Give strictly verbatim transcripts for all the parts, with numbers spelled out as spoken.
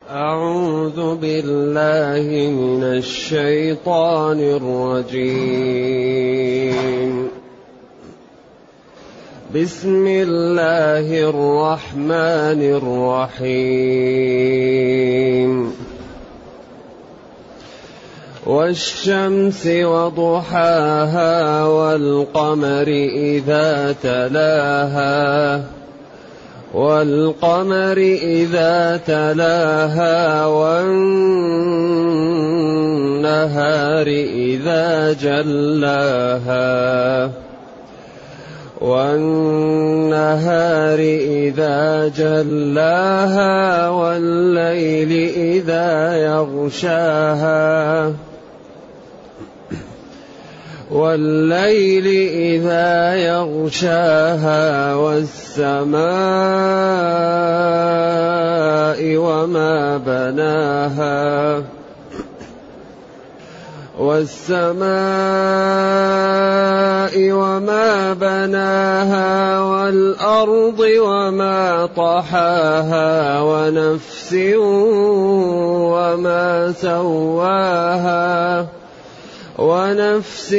أعوذ بالله من الشيطان الرجيم. بسم الله الرحمن الرحيم. والشمس وضحاها والقمر إذا تلاها والقمر إذا تلاها والنهار إذا جلاها والنهار إذا جلاها والليل إذا يغشاها والليل إذا يغشاها والسماء وما بناها والسماء وما بناها والأرض وما طحاها ونفس وما سواها ونفس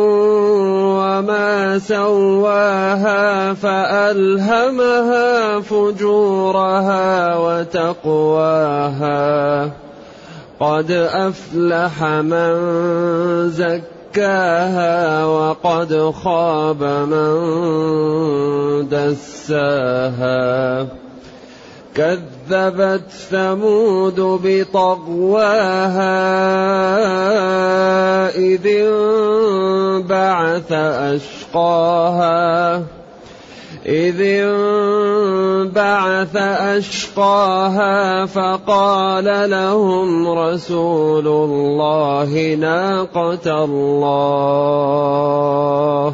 وما سواها فألهمها فجورها وتقواها قد أفلح من زكاها وقد خاب من دساها كذبت ثمود بطغواها إذ انبعث أشقاها إذ انبعث أشقاها فقال لهم رسول الله ناقة الله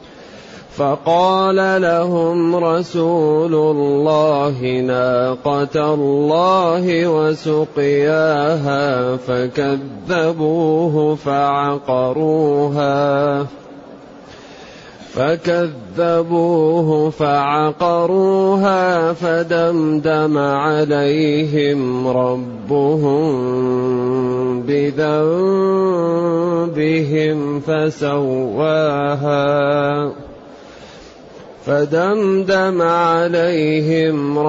فقال لهم رسول الله ناقة الله وسقياها فكذبوه فعقروها فكذبوه فعقروها فدمدم عليهم ربهم بذنبهم فسواها فدمدم عليهم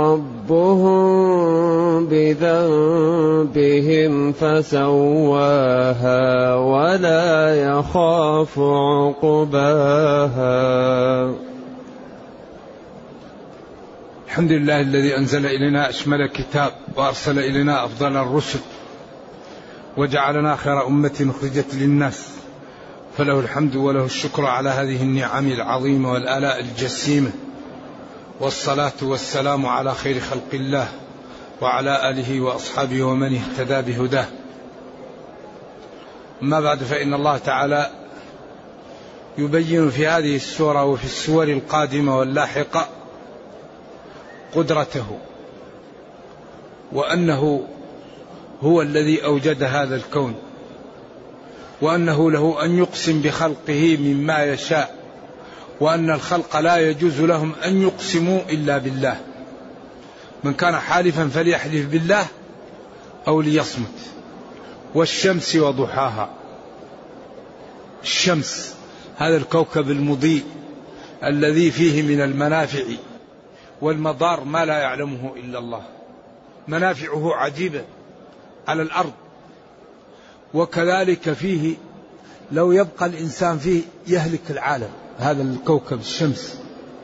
ربهم بذنبهم فسواها ولا يخاف عقباها. الحمد لله الذي أنزل إلينا أشمل كتاب وأرسل إلينا أفضل الرسل وجعلنا خير أمة أخرجت للناس، فله الحمد وله الشكر على هذه النعم العظيمة والآلاء الجسيمة، والصلاة والسلام على خير خلق الله وعلى آله وأصحابه ومن اهتدى بهداه. أما بعد، فإن الله تعالى يبين في هذه السورة وفي السور القادمة واللاحقة قدرته، وأنه هو الذي أوجد هذا الكون، وأنه له أن يقسم بخلقه مما يشاء، وأن الخلق لا يجوز لهم أن يقسموا إلا بالله. من كان حالفا فليحلف بالله أو ليصمت. والشمس وضحاها، الشمس هذا الكوكب المضيء الذي فيه من المنافع والمضار ما لا يعلمه إلا الله. منافعه عجيبة على الأرض، وكذلك فيه لو يبقى الإنسان فيه يهلك العالم، هذا الكوكب الشمس.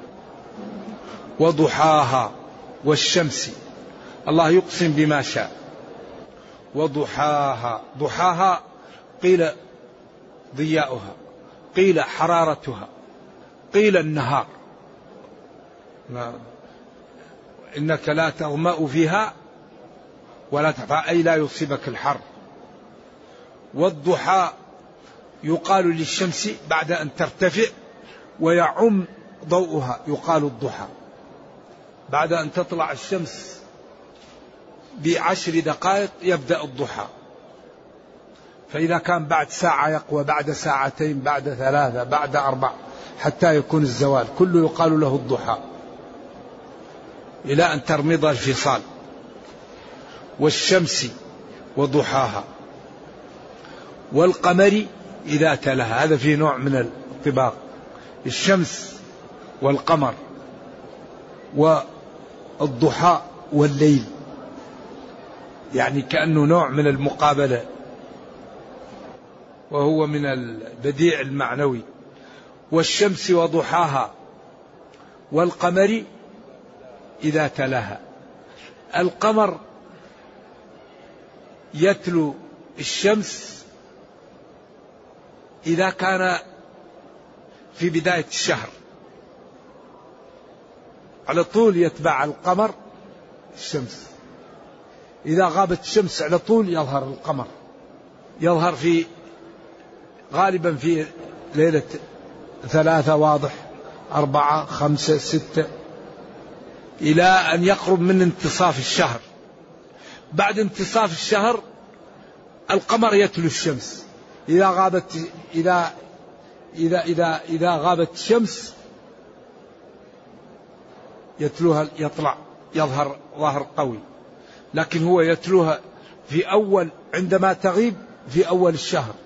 وضحاها، والشمس الله يقسم بما شاء. وضحاها، ضحاها قيل ضياؤها، قيل حرارتها، قيل النهار. إنك لا تغمأ فيها ولا تحفى، أي لا يصيبك الحر. والضحى يقال للشمس بعد أن ترتفع ويعم ضوءها يقال الضحى. بعد أن تطلع الشمس بعشر دقائق يبدأ الضحى، فإذا كان بعد ساعة يقوى، بعد ساعتين، بعد ثلاثة، بعد أربع، حتى يكون الزوال، كله يقال له الضحى إلى أن ترمض الفصال. والشمس وضحاها والقمر إذا تلاها. هذا فيه نوع من الطباق، الشمس والقمر والضحى والليل، يعني كأنه نوع من المقابلة، وهو من البديع المعنوي. والشمس وضحاها والقمر إذا تلاها. القمر يتلو الشمس إذا كان في بداية الشهر، على طول يتبع القمر الشمس. إذا غابت الشمس على طول يظهر القمر، يظهر في غالبا في ليلة ثلاثة واضح، أربعة خمسة ستة، إلى أن يقرب من انتصاف الشهر. بعد انتصاف الشهر القمر يتلو الشمس. إذا غابت إذا إذا إذا إذا غابت الشمس يتلوها، يطلع يظهر ظهر قوي، لكن هو يتلوها في أول عندما تغيب في أول الشهر.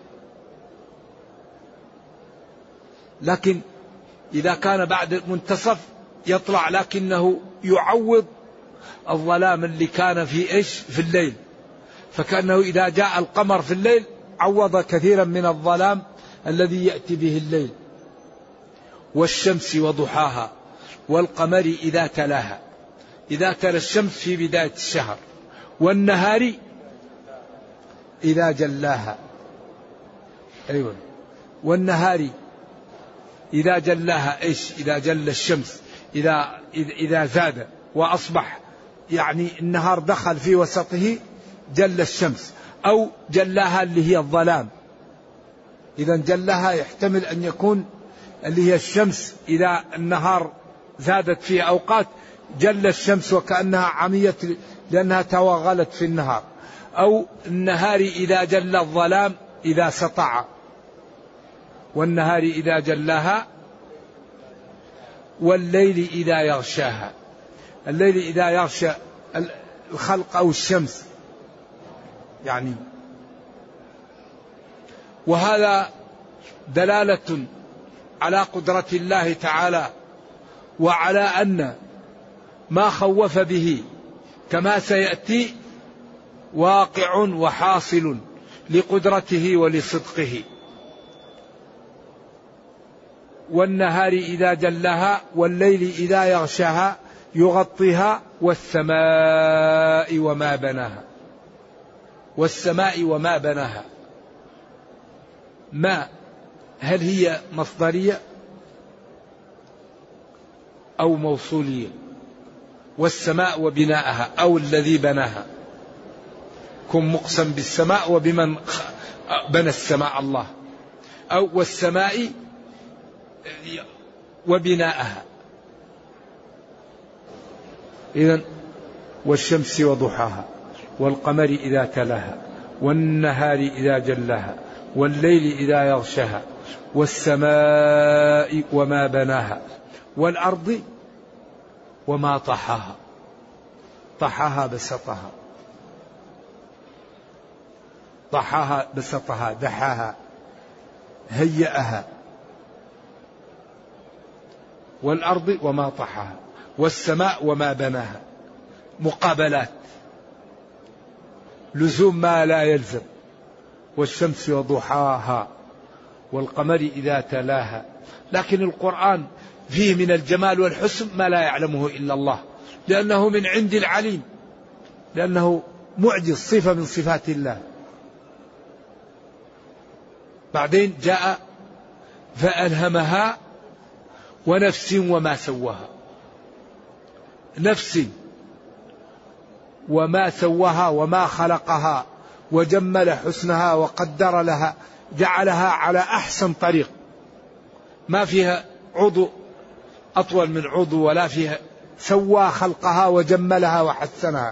لكن إذا كان بعد منتصف يطلع، لكنه يعوض الظلام اللي كان في إيش في الليل، فكأنه إذا جاء القمر في الليل عوض كثيرا من الظلام الذي يأتي به الليل. والشمس وضحاها والقمر إذا تلاها. إذا تلا الشمس في بداية الشهر. والنهار إذا جلاها. أيوة. والنهار إذا جلاها إيش؟ إذا جل الشمس، إذا إذا زاد وأصبح يعني النهار دخل في وسطه جل الشمس، أو جلاها اللي هي الظلام. إذا جلاها يحتمل أن يكون اللي هي الشمس، إذا النهار زادت في أوقات جل الشمس وكأنها عميت لأنها توغلت في النهار. أو النهار إذا جل الظلام إذا سطع. والنهار إذا جلاها. والليل إذا يغشاها. الليل إذا يغشى الخلق أو الشمس يعني. وهذا دلالة على قدرة الله تعالى، وعلى أن ما خوف به كما سيأتي واقع وحاصل لقدرته ولصدقه. والنهار إذا جلها والليل إذا يغشاها يغطيها والسماء وما بناها. والسماء وما بناها. ما هل هي مصدرية أو موصولية؟ والسماء وبناءها أو الذي بناها. كن مقسم بالسماء وبمن بنى السماء الله. أو والسماء وبناءها. إذن والشمس وضحاها والقمر إذا تلاها والنهار إذا جلاها والليل إذا يغشاها والسماء وما بناها والأرض وما طحاها. طحاها بسطها. طحاها بسطها دحاها هيئها. والأرض وما طحاها والسماء وما بناها. مقابلات، لزوم ما لا يلزم. والشمس وضحاها والقمر إذا تلاها. لكن القرآن فيه من الجمال والحسن ما لا يعلمه إلا الله، لأنه من عند العليم، لأنه معجز، صفة من صفات الله. بعدين جاء فألهمها ونفس وما سواها. نفس وما سواها وما خلقها وجمل حسنها وقدر لها، جعلها على أحسن طريق، ما فيها عضو أطول من عضو ولا فيها، سوى خلقها وجملها وحسنها.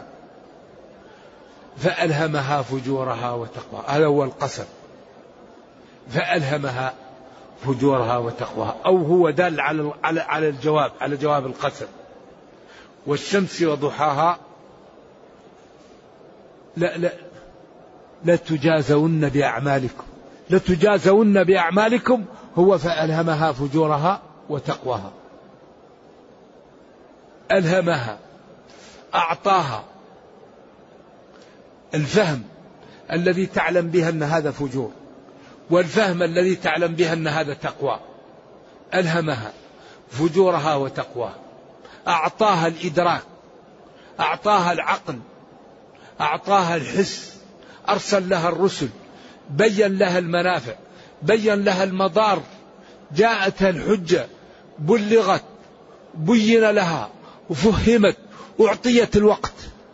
فألهمها فجورها وتقواها. هذا هو القسم. فألهمها فجورها وتقواها، أو هو دال على على الجواب، على جواب القسم. والشمس وضحاها لا لا لتجازون بأعمالكم، لتجازون بأعمالكم هو فألهمها فجورها وتقواها. ألهمها، أعطاها الفهم الذي تعلم بها أن هذا فجور، والفهم الذي تعلم بها أن هذا تقوى. ألهمها فجورها وتقواها، أعطاها الإدراك، أعطاها العقل، أعطاها الحس، أرسل لها الرسل، بين لها المنافع، بين لها المضار، جاءتها الحجة، بلغت، بين لها وفهمت، أعطيت الوقت،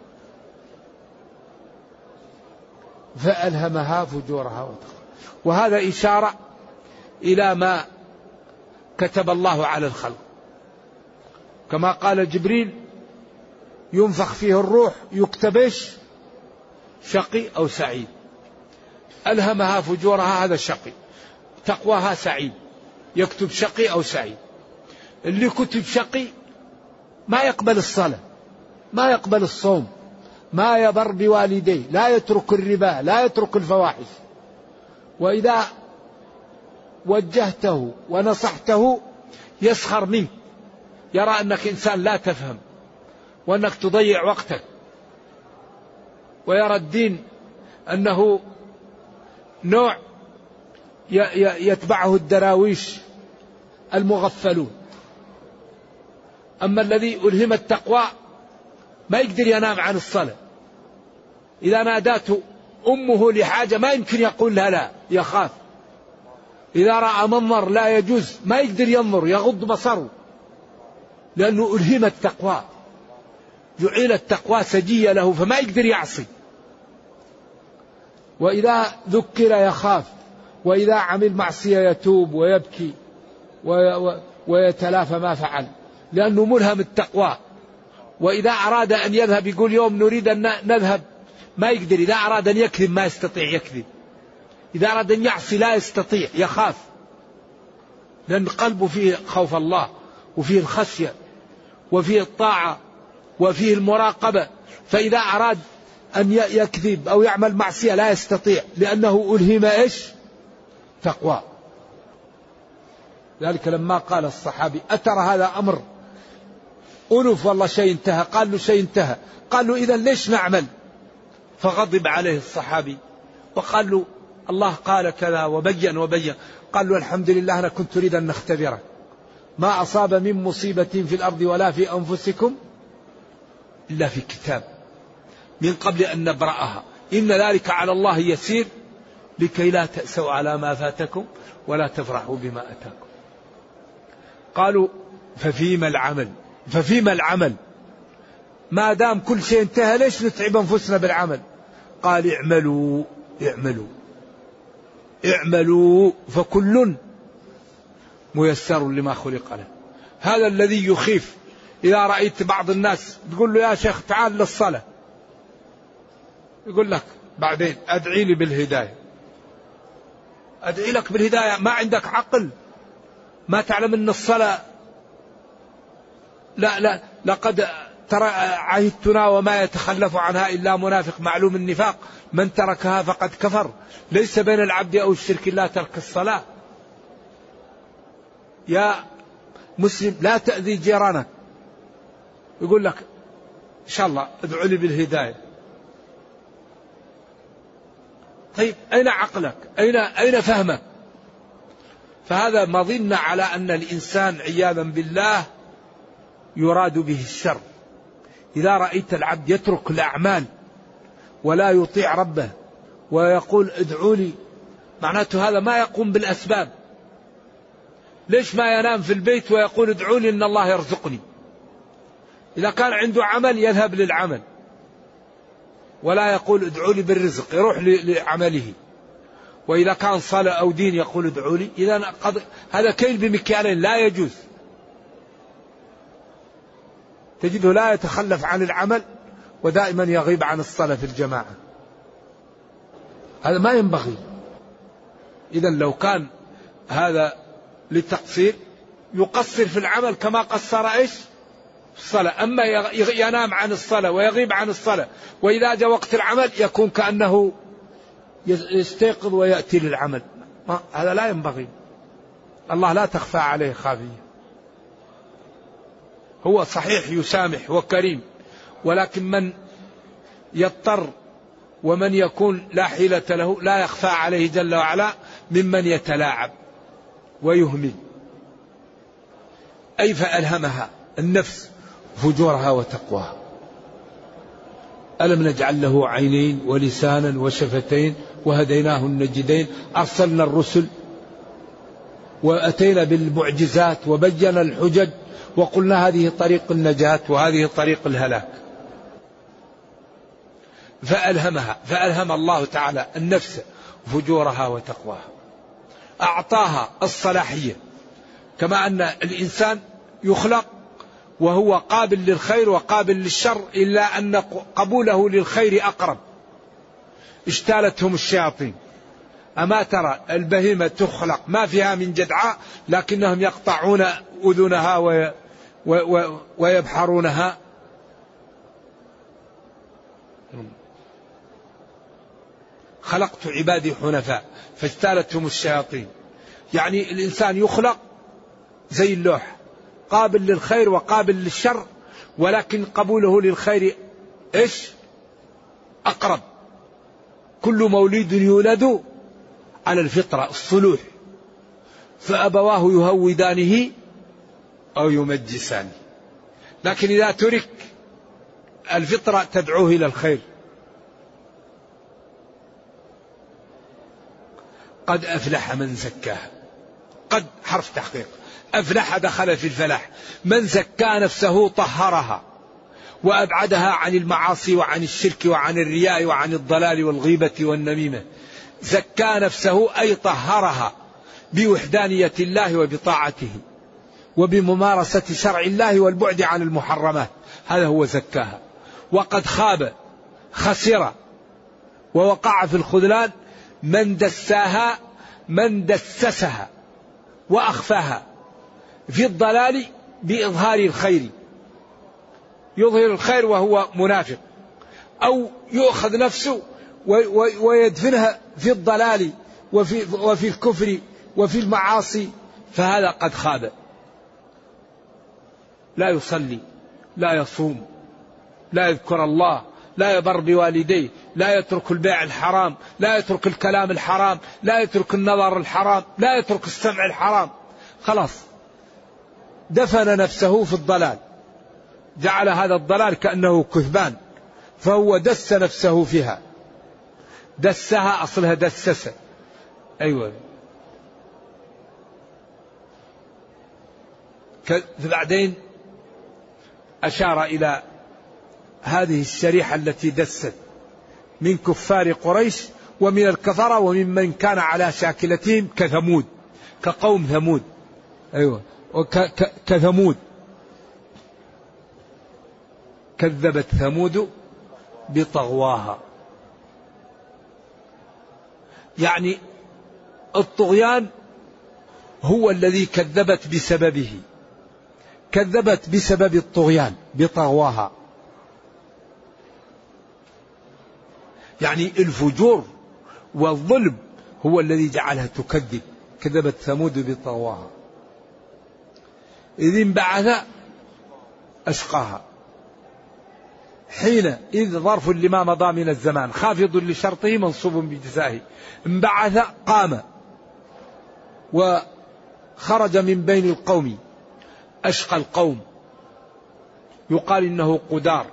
فألهمها فجورها وتقواها. وهذا إشارة إلى ما كتب الله على الخلق، كما قال جبريل ينفخ فيه الروح يكتبش شقي أو سعيد. ألهمها فجورها هذا شقي، تقواها سعيد، يكتب شقي أو سعيد. اللي كتب شقي ما يقبل الصلاة، ما يقبل الصوم، ما يبر بوالديه، لا يترك الربا، لا يترك الفواحش. وإذا وجهته ونصحته يسخر منك، يرى أنك إنسان لا تفهم وأنك تضيع وقتك، ويرى الدين أنه نوع يتبعه الدراويش المغفلون. أما الذي ألهم التقوى ما يقدر ينام عن الصلاة، إذا نادته أمه لحاجة ما يمكن يقول لها لا، يخاف. إذا رأى منظر لا يجوز ما يقدر ينظر، يغض بصره، لأنه ألهم التقوى، جعل التقوى سجية له فما يقدر يعصي. وإذا ذكر يخاف، وإذا عمل معصية يتوب ويبكي ويتلافى ما فعل، لأنه ملهم التقوى. وإذا أراد أن يذهب يقول يوم نريد أن نذهب ما يقدر، إذا أراد أن يكذب ما يستطيع يكذب، إذا أراد أن يعصي لا يستطيع، يخاف، لأن قلبه فيه خوف الله وفيه الخشية وفيه الطاعة وفيه المراقبة. فإذا أراد أن يكذب أو يعمل معصية لا يستطيع، لأنه ألهم إيش؟ تقوى. ذلك لما قال الصحابي أترى هذا أمر ألف والله شيء انتهى، قال له شيء انتهى، قال له إذا ليش نعمل؟ فغضب عليه الصحابي وقال له الله قال كذا وبين وبين. قال له الحمد لله أنا كنت أريد أن نختبرك، ما أصاب من مصيبة في الأرض ولا في أنفسكم إلا في كتاب من قبل أن نبرأها إن ذلك على الله يسير لكي لا تأسوا على ما فاتكم ولا تفرحوا بما أتاكم. قالوا ففيما العمل؟ ففيما العمل ما دام كل شيء انتهى ليش نتعب أنفسنا بالعمل؟ قال اعملوا اعملوا اعملوا فكل ميسر لما خلق له. هذا الذي يخيف. إذا رأيت بعض الناس تقول له يا شيخ تعال للصلاة، يقول لك بعدين أدعي لي بالهداية. أدعي لك بالهداية؟ ما عندك عقل؟ ما تعلم أن الصلاة لا لا لقد ترى عهدتنا وما يتخلف عنها إلا منافق معلوم النفاق، من تركها فقد كفر، ليس بين العبد أو الشرك لا ترك الصلاة. يا مسلم لا تأذي جيرانك، يقول لك إن شاء الله ادعو لي بالهداية. طيب أين عقلك؟ أين أين فهمك؟ فهذا مظنة على أن الإنسان عياذا بالله يراد به الشر. إذا رأيت العبد يترك الأعمال ولا يطيع ربه ويقول ادعوا لي، معناته هذا ما يقوم بالأسباب. ليش ما ينام في البيت ويقول ادعوا لي إن الله يرزقني؟ إذا كان عنده عمل يذهب للعمل ولا يقول ادعوا لي بالرزق، يروح لعمله. وإذا كان صلاة أو دين يقول ادعوا لي. إذا هذا كيل بمكيالين لا يجوز. تجده لا يتخلف عن العمل ودائما يغيب عن الصلاة في الجماعة، هذا ما ينبغي. إذا لو كان هذا للتقصير يقصر في العمل كما قصر إيش الصلاة. أما ينام عن الصلاة ويغيب عن الصلاة وإذا جاء وقت العمل يكون كأنه يستيقظ ويأتي للعمل، هذا لا ينبغي. الله لا تخفى عليه خافية. هو صحيح يسامح وكريم، ولكن من يضطر ومن يكون لا حيلة له لا يخفى عليه جل وعلا ممن يتلاعب ويهمل. أي فألهمها النفس فجورها وتقواها. ألم نجعل له عينين ولسانا وشفتين وهديناه النجدين. أرسلنا الرسل وأتينا بالمعجزات وبينا الحجج وقلنا هذه طريق النجاة وهذه طريق الهلاك. فألهمها، فألهم الله تعالى النفس فجورها وتقواها. أعطاها الصلاحية، كما أن الإنسان يخلق وهو قابل للخير وقابل للشر، إلا أن قبوله للخير أقرب. اشتالتهم الشياطين. أما ترى البهيمة تخلق ما فيها من جدعاء لكنهم يقطعون أذنها وي وي ويبحرونها. خلقت عبادي حنفاء فاجتالتهم الشياطين. يعني الإنسان يخلق زي اللوح، قابل للخير وقابل للشر، ولكن قبوله للخير إيش؟ أقرب. كل مولود يولد على الفطرة الصلوح، فأبواه يهودانه أو يمجسانه. لكن إذا ترك الفطرة تدعوه إلى الخير. قد أفلح من زكاها. قد حرف تحقيق، أفلح دخل في الفلاح. من زكى نفسه طهرها وأبعدها عن المعاصي وعن الشرك وعن الرياء وعن الضلال والغيبة والنميمة. زكى نفسه أي طهرها بوحدانية الله وبطاعته وبممارسة شرع الله والبعد عن المحرمات، هذا هو زكاها. وقد خاب خسر ووقع في الخذلان من دساها، من دسسها وأخفاها في الضلال بإظهار الخير، يظهر الخير وهو منافق، أو يؤخذ نفسه ويدفنها في الضلال وفي, وفي الكفر وفي المعاصي، فهذا قد خاب. لا يصلي، لا يصوم، لا يذكر الله، لا يبر بوالديه، لا يترك البيع الحرام، لا يترك الكلام الحرام، لا يترك النظر الحرام، لا يترك السمع الحرام. خلاص دفن نفسه في الضلال، جعل هذا الضلال كأنه كثبان، فهو دس نفسه فيها. دسها أصلها دسسة. أيوة. بعدين أشار إلى هذه الشريحة التي دست من كفار قريش ومن الكفرة وممن كان على شاكلتهم كثمود، كقوم ثمود. أيوة. كثمود. كذبت ثمود بطغواها. يعني الطغيان هو الذي كذبت بسببه، كذبت بسبب الطغيان بطغواها. يعني الفجور والظلم هو الذي جعلها تكذب. كذبت ثمود بطغواها إذ انبعث أشقاها. حين إذ ظرف لما مضى من الزمان خافض لشرطه منصوب بجزائه. انبعث قام وخرج من بين القوم. أشقى القوم يقال إنه قدار،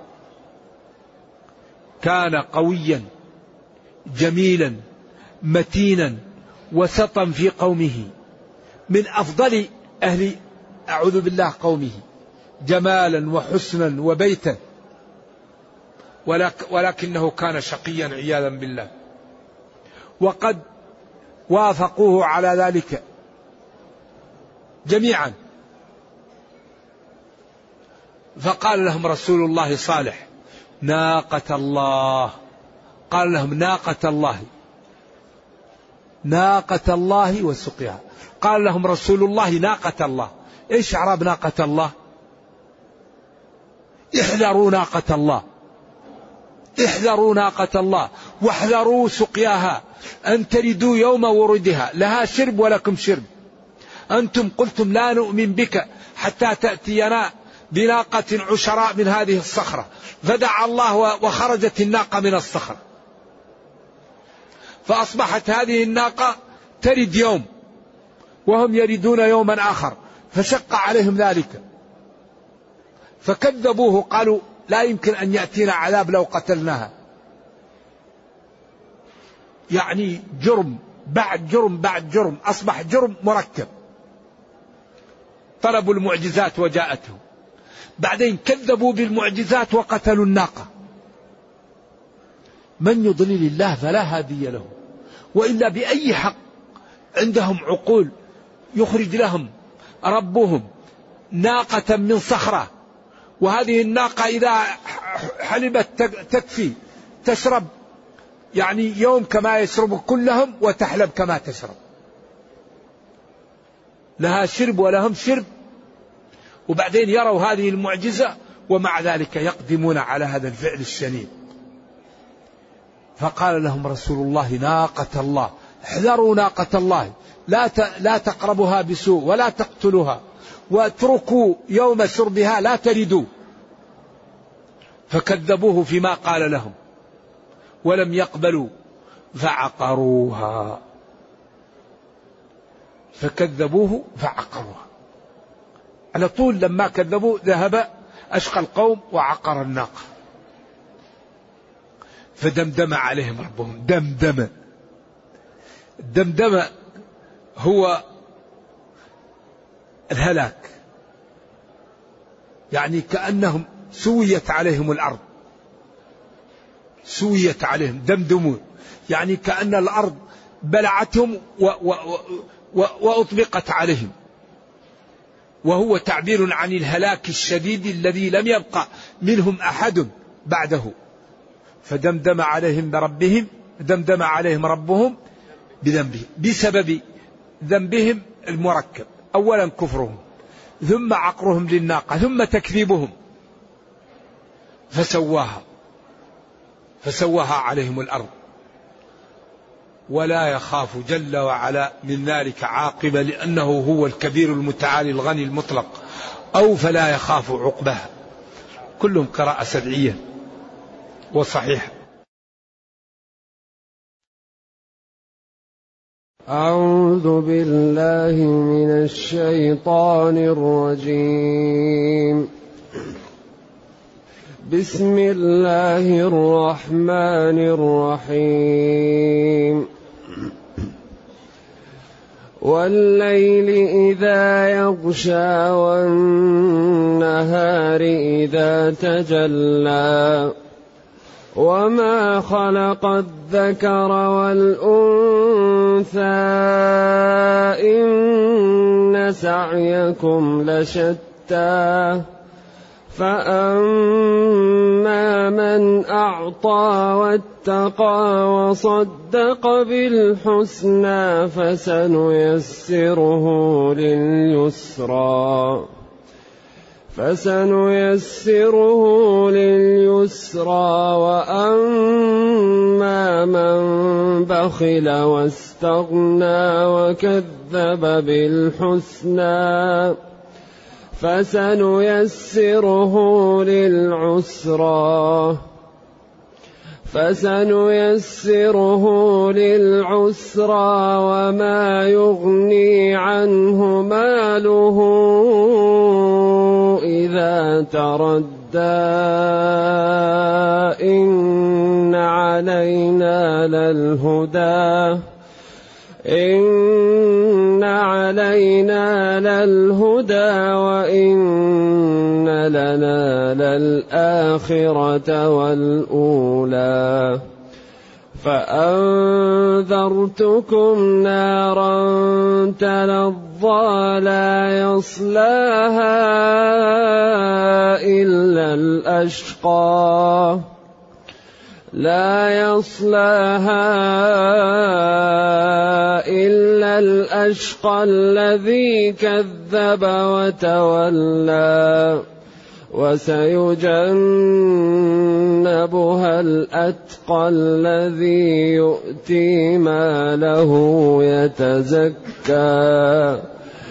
كان قويا جميلا متينا وسطا في قومه، من أفضل أهل أعوذ بالله قومه جمالا وحسنا وبيتا، ولكنه كان شقيا عياذا بالله. وقد وافقوه على ذلك جميعا، فقال لهم رسول الله صالح ناقة الله. قال لهم ناقة الله، ناقة الله وسقيها. قال لهم رسول الله ناقة الله. ايش اعراب ناقة الله؟ احذروا ناقة الله، احذروا ناقة الله واحذروا سقياها أن تردوا يوم ورودها، لها شرب ولكم شرب. أنتم قلتم لا نؤمن بك حتى تأتينا بناقة عشراء من هذه الصخرة، فدعا الله وخرجت الناقة من الصخرة، فأصبحت هذه الناقة ترد يوم وهم يردون يوما آخر، فشق عليهم ذلك فكذبوه، قالوا لا يمكن أن يأتينا عذاب لو قتلناها. يعني جرم بعد جرم بعد جرم، أصبح جرم مركب. طلبوا المعجزات وجاءتهم، بعدين كذبوا بالمعجزات وقتلوا الناقة. من يضلل الله فلا هادي له، وإلا بأي حق عندهم عقول يخرج لهم ربهم ناقة من صخرة، وهذه الناقة إذا حلبت تكفي تشرب يعني يوم كما يشرب كلهم، وتحلب كما تشرب، لها شرب ولهم شرب. وبعدين يروا هذه المعجزة ومع ذلك يقدمون على هذا الفعل الشنيع. فقال لهم رسول الله ناقة الله، احذروا ناقة الله، لا لا تقربها بسوء ولا تقتلوها، واتركوا يوم شربها لا تردوا. فكذبوه فيما قال لهم ولم يقبلوا فعقروها، فكذبوه فعقروها على طول. لما كذبوا ذهب أشقى القوم وعقر الناقة، فدمدم عليهم ربهم دمدم. الدمدم هو الهلاك، يعني كأنهم سويت عليهم الأرض، سويت عليهم دمدموا، يعني كأن الأرض بلعتهم و و و وأطبقت عليهم، وهو تعبير عن الهلاك الشديد الذي لم يبقى منهم أحد بعده. فدمدم عليهم بربهم دمدم عليهم ربهم بذنبهم، بسبب ذنبهم المركب، أولا كفرهم، ثم عقرهم للناقة، ثم تكذيبهم، فسواها فسواها عليهم الأرض. ولا يخاف جل وعلا من ذلك عاقبة، لأنه هو الكبير المتعالي الغني المطلق، أو فلا يخاف عقبها. كلهم قراءة سبعية وصحيحة. أعوذ بالله من الشيطان الرجيم. بسم الله الرحمن الرحيم. والليل إذا يغشى والنهار إذا تجلى وما خلق الذكر والأنثى إن سعيكم لشتى فأما من أعطى واتقى وصدق بالحسنى فسنيسره لليسرى فسنيسره لليسرى وأما من بخل واستغنى وكذب بالحسنى فسنيسره للعسرى فسنيسره للعسرى وما يغني عنه ماله إذا تردى إن علينا للهدى إن علينا للهدى وإن لنا للآخرة والأولى فأنذرتكم نارا تلظى لا يصلاها إلا الأشقى لا يصلاها إلا الأشقى الذي كذب وتولى وسيجنبها الأتقى الذي يؤتي ماله يتزكى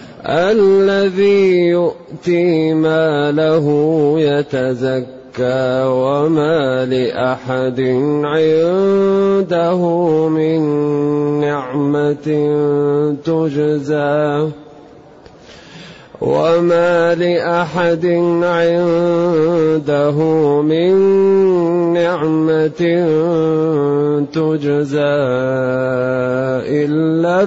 الذي يؤتي ماله يتزكى وما لأحد عنده من نعمة تجزى وما لأحد عنده من نعمة تجزى إلا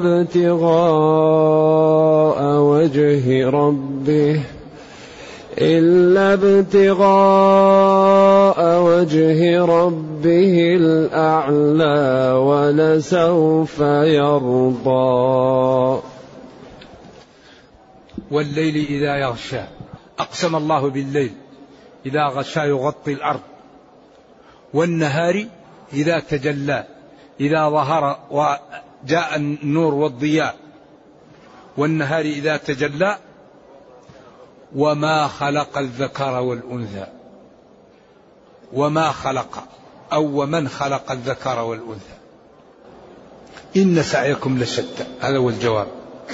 ابتغاء وجه ربه إلا ابتغاء وجه ربه الأعلى ولسوف يرضى. والليل إذا يغشى، أقسم الله بالليل إذا غشى يغطي الأرض، والنهار إذا تجلى إذا ظهر وجاء النور والضياء، والنهار إذا تجلى، وما خلق الذكر والأنثى. وما خلق أو ومن خلق الذكر والأنثى إن سعيكم لشتى، هذا هو الجواب.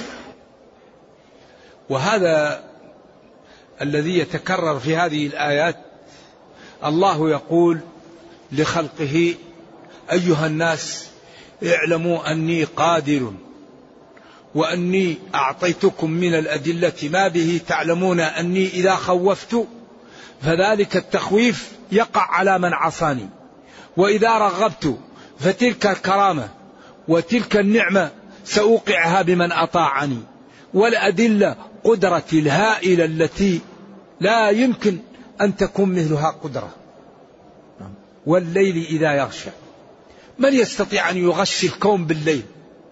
وهذا الذي يتكرر في هذه الآيات. الله يقول لخلقه: أيها الناس اعلموا أني قادر وأني أعطيتكم من الأدلة ما به تعلمون أني إذا خوفت فذلك التخويف يقع على من عصاني، وإذا رغبت فتلك الكرامة وتلك النعمة سأوقعها بمن أطاعني. والأدلة قدرتي الهائلة التي لا يمكن أن تكون مثلها قدرة. والليل إذا يغشى، من يستطيع أن يغشي الكون بالليل؟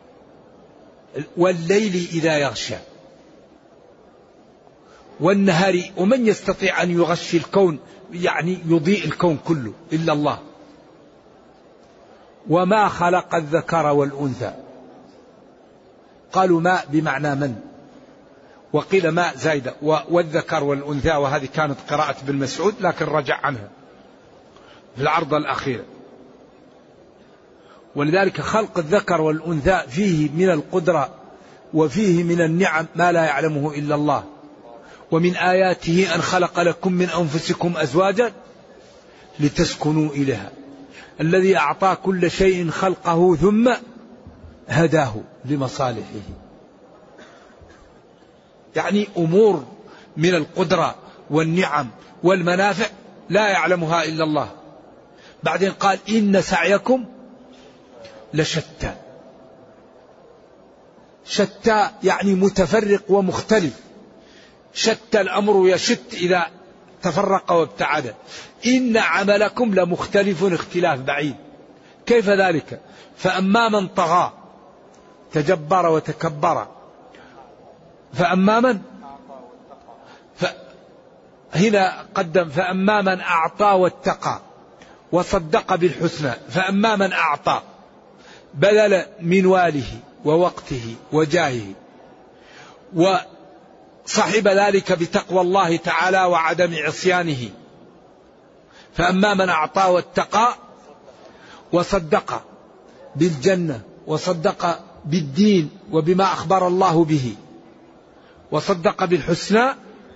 والليل إذا يغشى. والنهار، ومن يستطيع أن يغشي الكون يعني يضيء الكون كله إلا الله. وما خلق الذكر والأنثى، قالوا ما بمعنى من، وقيل ما زايدة، والذكر والأنثى، وهذه كانت قراءة بن مسعود لكن رجع عنها في العرض الأخير. ولذلك خلق الذكر والأنثى فيه من القدرة وفيه من النعم ما لا يعلمه إلا الله. ومن آياته أن خلق لكم من أنفسكم أزواجا لتسكنوا إليها، الذي أعطى كل شيء خلقه ثم هداه لمصالحه. يعني أمور من القدرة والنعم والمنافع لا يعلمها إلا الله. بعدين قال: إن سعيكم لشتى. شتى يعني متفرق ومختلف. شتى الأمر يشت إذا تفرق وابتعد. إن عملكم لمختلف اختلاف بعيد. كيف ذلك؟ فأما من طغى تجبر وتكبر، فأما من هنا قدم فأما من أعطى واتقى وصدق بالحسنى. فأما من أعطى بذل من واله ووقته وجاهه وصحب ذلك بتقوى الله تعالى وعدم عصيانه. فأما من أعطى واتقى وصدق بالجنة وصدق بالدين وبما أخبر الله به وصدق بالحسنى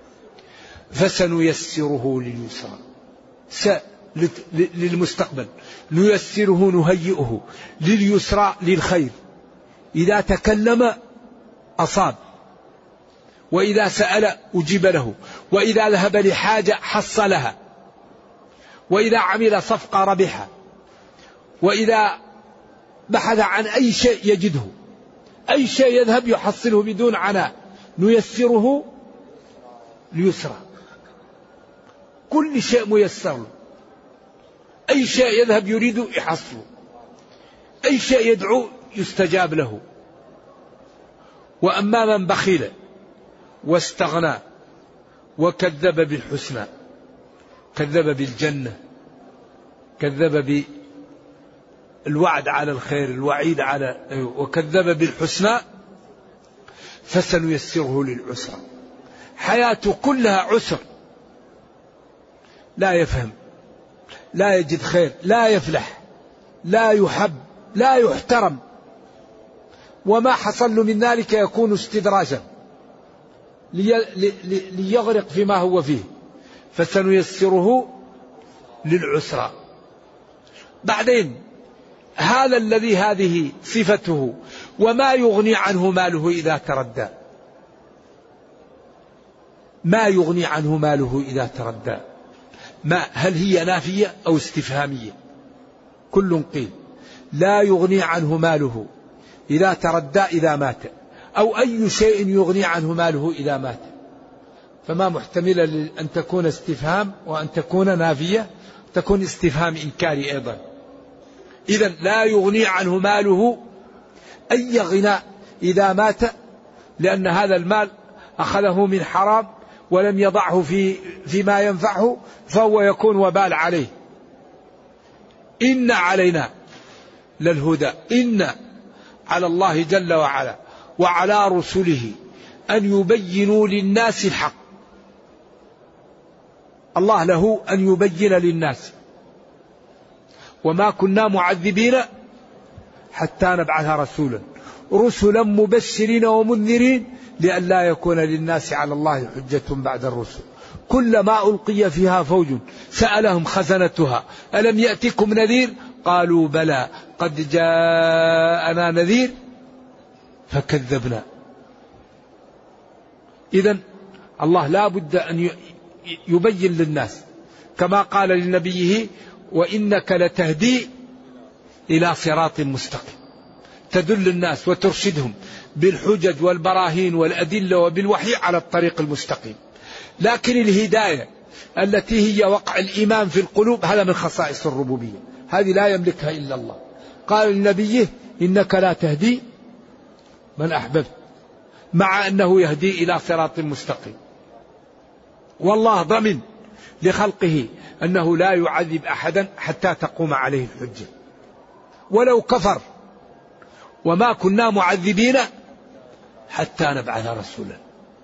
فسنيسره لليسرى. س للمستقبل، نيسره نهيئه لليسرى للخير. إذا تكلم أصاب، وإذا سأل أجيب له، وإذا ذهب لحاجة حصلها، وإذا عمل صفقة ربحها، وإذا بحث عن أي شيء يجده، أي شيء يذهب يحصله بدون عناء. نيسره ليسرى، كل شيء ميسر له. أي شيء يذهب يريد يحصله، أي شيء يدعو يستجاب له. وأما من بخيل واستغنى وكذب بالحسنى، كذب بالجنة، كذب بالوعد على الخير، الوعيد على، وكذب بالحسنى فسنيسره للعسرى. حياته كلها عسر، لا يفهم، لا يجد خير، لا يفلح، لا يحب، لا يحترم، وما حصل له من ذلك يكون استدراجا ليغرق فيما هو فيه، فسنيسره للعسرى. بعدين هذا الذي هذه صفته وما يغني عنه ماله إذا تردى، ما يغني عنه ماله إذا تردى، ما هل هي نافية أو استفهامية؟ كل قيل. لا يغني عنه ماله إذا تردى إذا مات، أو أي شيء يغني عنه ماله إذا مات، فما محتملة أن تكون استفهام وأن تكون نافية، تكون استفهام إنكاري أيضا. إذن لا يغني عنه ماله أي غناء إذا مات، لأن هذا المال أخذه من حرام ولم يضعه في فيما ينفعه، فهو يكون وبال عليه. إن علينا للهدى، إن على الله جل وعلا وعلى رسله أن يبينوا للناس الحق. الله له أن يبين للناس، وما كنا معذبين حتى نبعث رسولا رسلا مبشرين ومنذرين لئلا يكون للناس على الله حجة بعد الرسل. كلما ألقي فيها فوج سألهم خزنتها ألم يأتكم نذير قالوا بلى قد جاءنا نذير فكذبنا. إذن الله لا بد أن يبين للناس، كما قال لنبيه وإنك لتهدي إلى صراط مستقيم، تدل الناس وترشدهم بالحجج والبراهين والأدلة وبالوحي على الطريق المستقيم. لكن الهداية التي هي وقع الإيمان في القلوب هذا من خصائص الربوبية، هذه لا يملكها إلا الله. قال لنبيه إنك لا تهدي من أحببت، مع أنه يهدي إلى صراط مستقيم. والله ضمن لخلقه أنه لا يعذب أحدا حتى تقوم عليه الحجة ولو كفر، وما كنا معذبين حتى نبعث رسولا.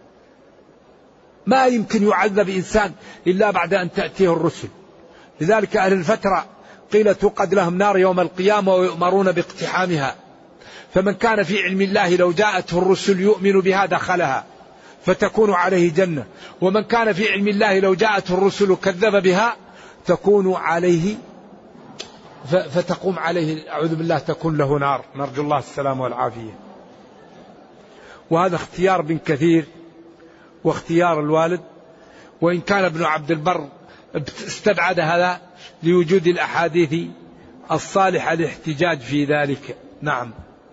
ما يمكن يعذب إنسان إلا بعد أن تأتيه الرسل. لذلك أهل الفترة قيل توقد لهم نار يوم القيامة ويؤمرون باقتحامها، فمن كان في علم الله لو جاءته الرسل يؤمن بها دخلها فتكون عليه جنة، ومن كان في علم الله لو جاءته الرسل كذب بها تكون عليه فتقوم عليه أعوذ بالله تكون له نار، نرجو الله السلام والعافية. وهذا اختيار بن كثير واختيار الوالد، وإن كان ابن عبد البر استبعد هذا لوجود الأحاديث الصالحة للاحتجاج في ذلك. نعم.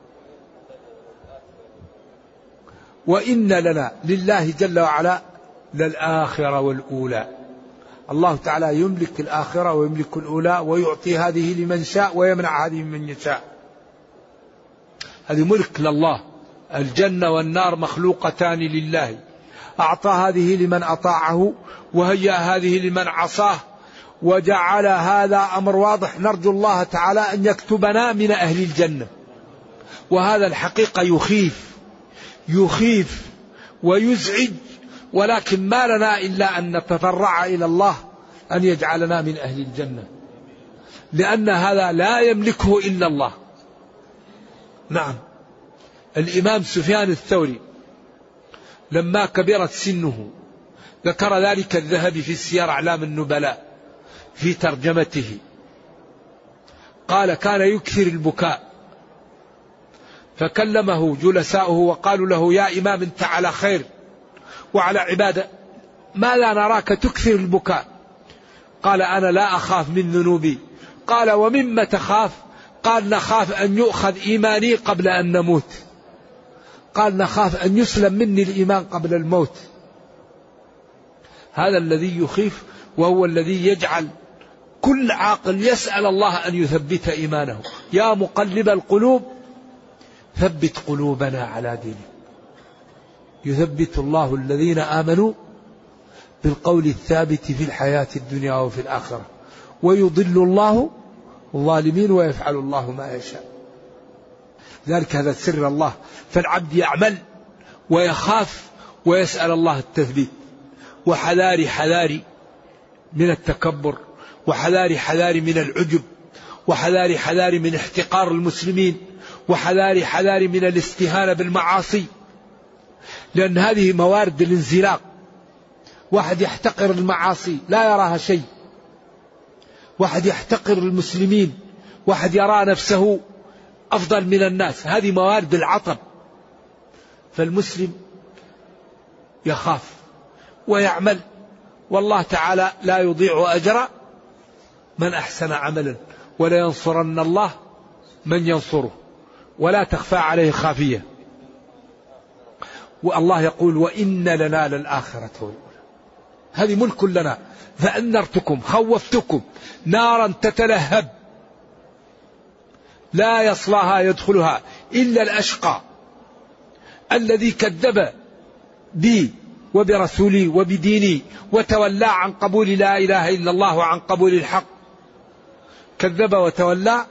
وإن لنا لله جل وعلا للآخرة والأولى. الله تعالى يملك الآخرة ويملك الأولى، ويعطي هذه لمن شاء ويمنع هذه من يشاء. هذه ملك لله. الجنة والنار مخلوقتان لله، أعطى هذه لمن أطاعه وهيأ هذه لمن عصاه، وجعل هذا أمر واضح. نرجو الله تعالى أن يكتبنا من أهل الجنة. وهذا الحقيقة يخيف يخيف ويزعج، ولكن ما لنا إلا أن نتضرع إلى الله أن يجعلنا من أهل الجنة، لأن هذا لا يملكه إلا الله. نعم. الإمام سفيان الثوري لما كبرت سنه ذكر ذلك الذهبي في سير أعلام النبلاء في ترجمته، قال كان يكثر البكاء، فكلمه جلساؤه وقالوا له يا إمام أنت على خير وعلى عبادة، ما لا نراك تكثر البكاء؟ قال أنا لا أخاف من ذنوبي. قال ومما تخاف؟ قال نخاف أن يؤخذ إيماني قبل أن نموت. قال نخاف أن يسلم مني الإيمان قبل الموت. هذا الذي يخيف، وهو الذي يجعل كل عاقل يسأل الله أن يثبت إيمانه. يا مقلب القلوب ثبت قلوبنا على دينك. يثبت الله الذين آمنوا بالقول الثابت في الحياة الدنيا وفي الآخرة، ويضل الله الظالمين ويفعل الله ما يشاء. ذلك هذا سر الله، فالعبد يعمل ويخاف ويسأل الله التثبيت. وحذاري حذاري من التكبر، وحذاري حذاري من العجب، وحذاري حذاري من احتقار المسلمين، وحذاري حذاري من الاستهانة بالمعاصي، لأن هذه موارد الانزلاق. واحد يحتقر المعاصي لا يراها شيء، واحد يحتقر المسلمين، واحد يرى نفسه أفضل من الناس، هذه موارد العطب. فالمسلم يخاف ويعمل، والله تعالى لا يضيع أجر من أحسن عملا، ولا ينصرن الله من ينصره، ولا تخفى عليه خافية. والله يقول وإن لنا للآخرة والأولى، هذه ملك لنا، فأنذرتكم خوفتكم نارا تتلهب لا يصلاها يدخلها إلا الأشقى الذي كذب بي وبرسولي وبديني وتولى عن قبول لا إله إلا الله وعن قبول الحق. كذب وتولى.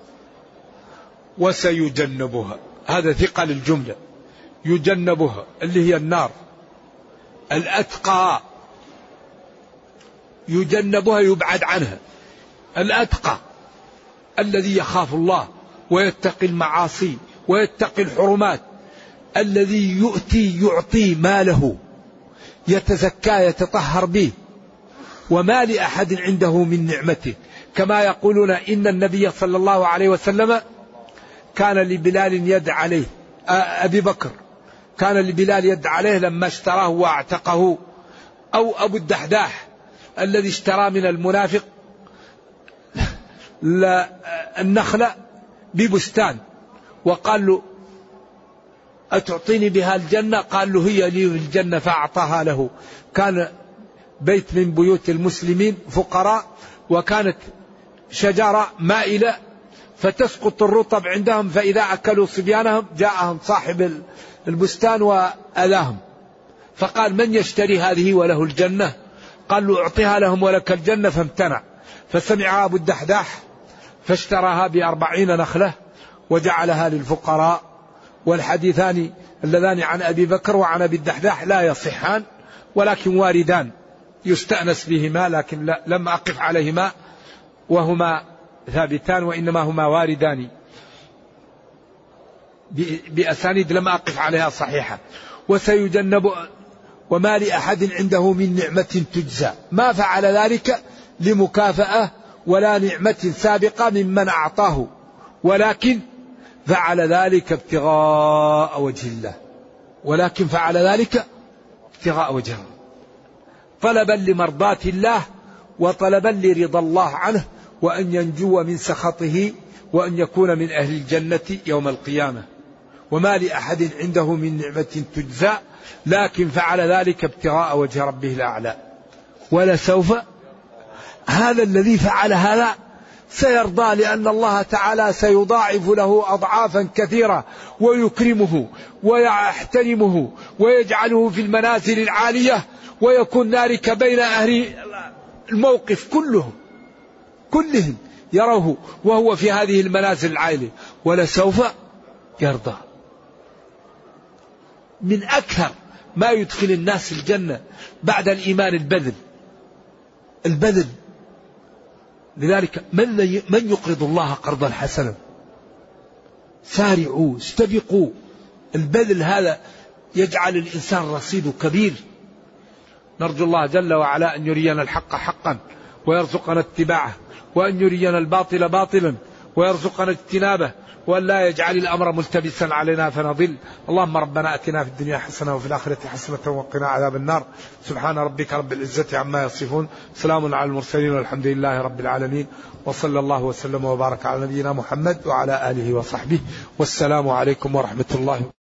وسيجنبها، هذا ثقل الجملة، يجنبها اللي هي النار. الأتقى يجنبها يبعد عنها. الأتقى الذي يخاف الله ويتقي المعاصي ويتقي الحرمات، الذي يؤتي يعطي ماله يتزكى يتطهر به، وما لأحد عنده من نعمته. كما يقولون إن النبي صلى الله عليه وسلم كان لبلال يد عليه، أبي بكر كان لبلال يد عليه لما اشتراه واعتقه، أو أبو الدحداح الذي اشترى من المنافق النخلة ببستان وقال له أتعطيني بها الجنة؟ قال له هي لي الجنة، فأعطاها له. كان بيت من بيوت المسلمين فقراء، وكانت شجرة مائلة فتسقط الرطب عندهم، فإذا أكلوا صبيانهم جاءهم صاحب البستان وأذاهم، فقال من يشتري هذه وله الجنة؟ قال له أعطيها لهم ولك الجنة، فامتنع. فسمع أبو الدحداح فاشتراها بأربعين نخلة وجعلها للفقراء. والحديثان اللذان عن أبي بكر وعن أبي الدحداح لا يصحان، ولكن واردان يستأنس بهما، لكن لا لم أقف عليهما وهما ثابتان، وإنما هما واردان بأسانيد لم أقف عليها صحيحة. وسيجنب وما لأحد عنده من نعمة تجزى، ما فعل ذلك لمكافأة ولا نعمة سابقة ممن أعطاه، ولكن فعل ذلك ابتغاء وجه الله، ولكن فعل ذلك ابتغاء وجهه، طلبا لمرضاة الله وطلبا لرضا الله عنه، وأن ينجو من سخطه وأن يكون من أهل الجنة يوم القيامة. وما لأحد عنده من نعمة تجزى، لكن فعل ذلك ابتغاء وجه ربه الأعلى. ولسوف، هذا الذي فعل هذا سيرضى، لأن الله تعالى سيضاعف له أضعافا كثيرة، ويكرمه ويحترمه ويجعله في المنازل العالية، ويكون ذلك بين أهل الموقف كلهم كلهم يروه وهو في هذه المنازل العالية. ولسوف يرضى. من أكثر ما يدخل الناس الجنة بعد الإيمان البذل البذل لذلك من من يقرض الله قرضا حسنا؟ سارعوا استبقوا. البذل هذا يجعل الإنسان رصيده كبير. نرجو الله جل وعلا أن يرينا الحق حقا ويرزقنا اتباعه، وأن يرينا الباطل باطلا ويرزقنا اجتنابه، وأن لا يجعل الأمر ملتبسا علينا فنضل. اللهم ربنا أتنا في الدنيا حسنة وفي الآخرة حسنة وقنا عذاب النار. سبحان ربك رب العزة عما يصفون، سلام على المرسلين والحمد لله رب العالمين، وصلى الله وسلم وبارك على نبينا محمد وعلى آله وصحبه، والسلام عليكم ورحمة الله.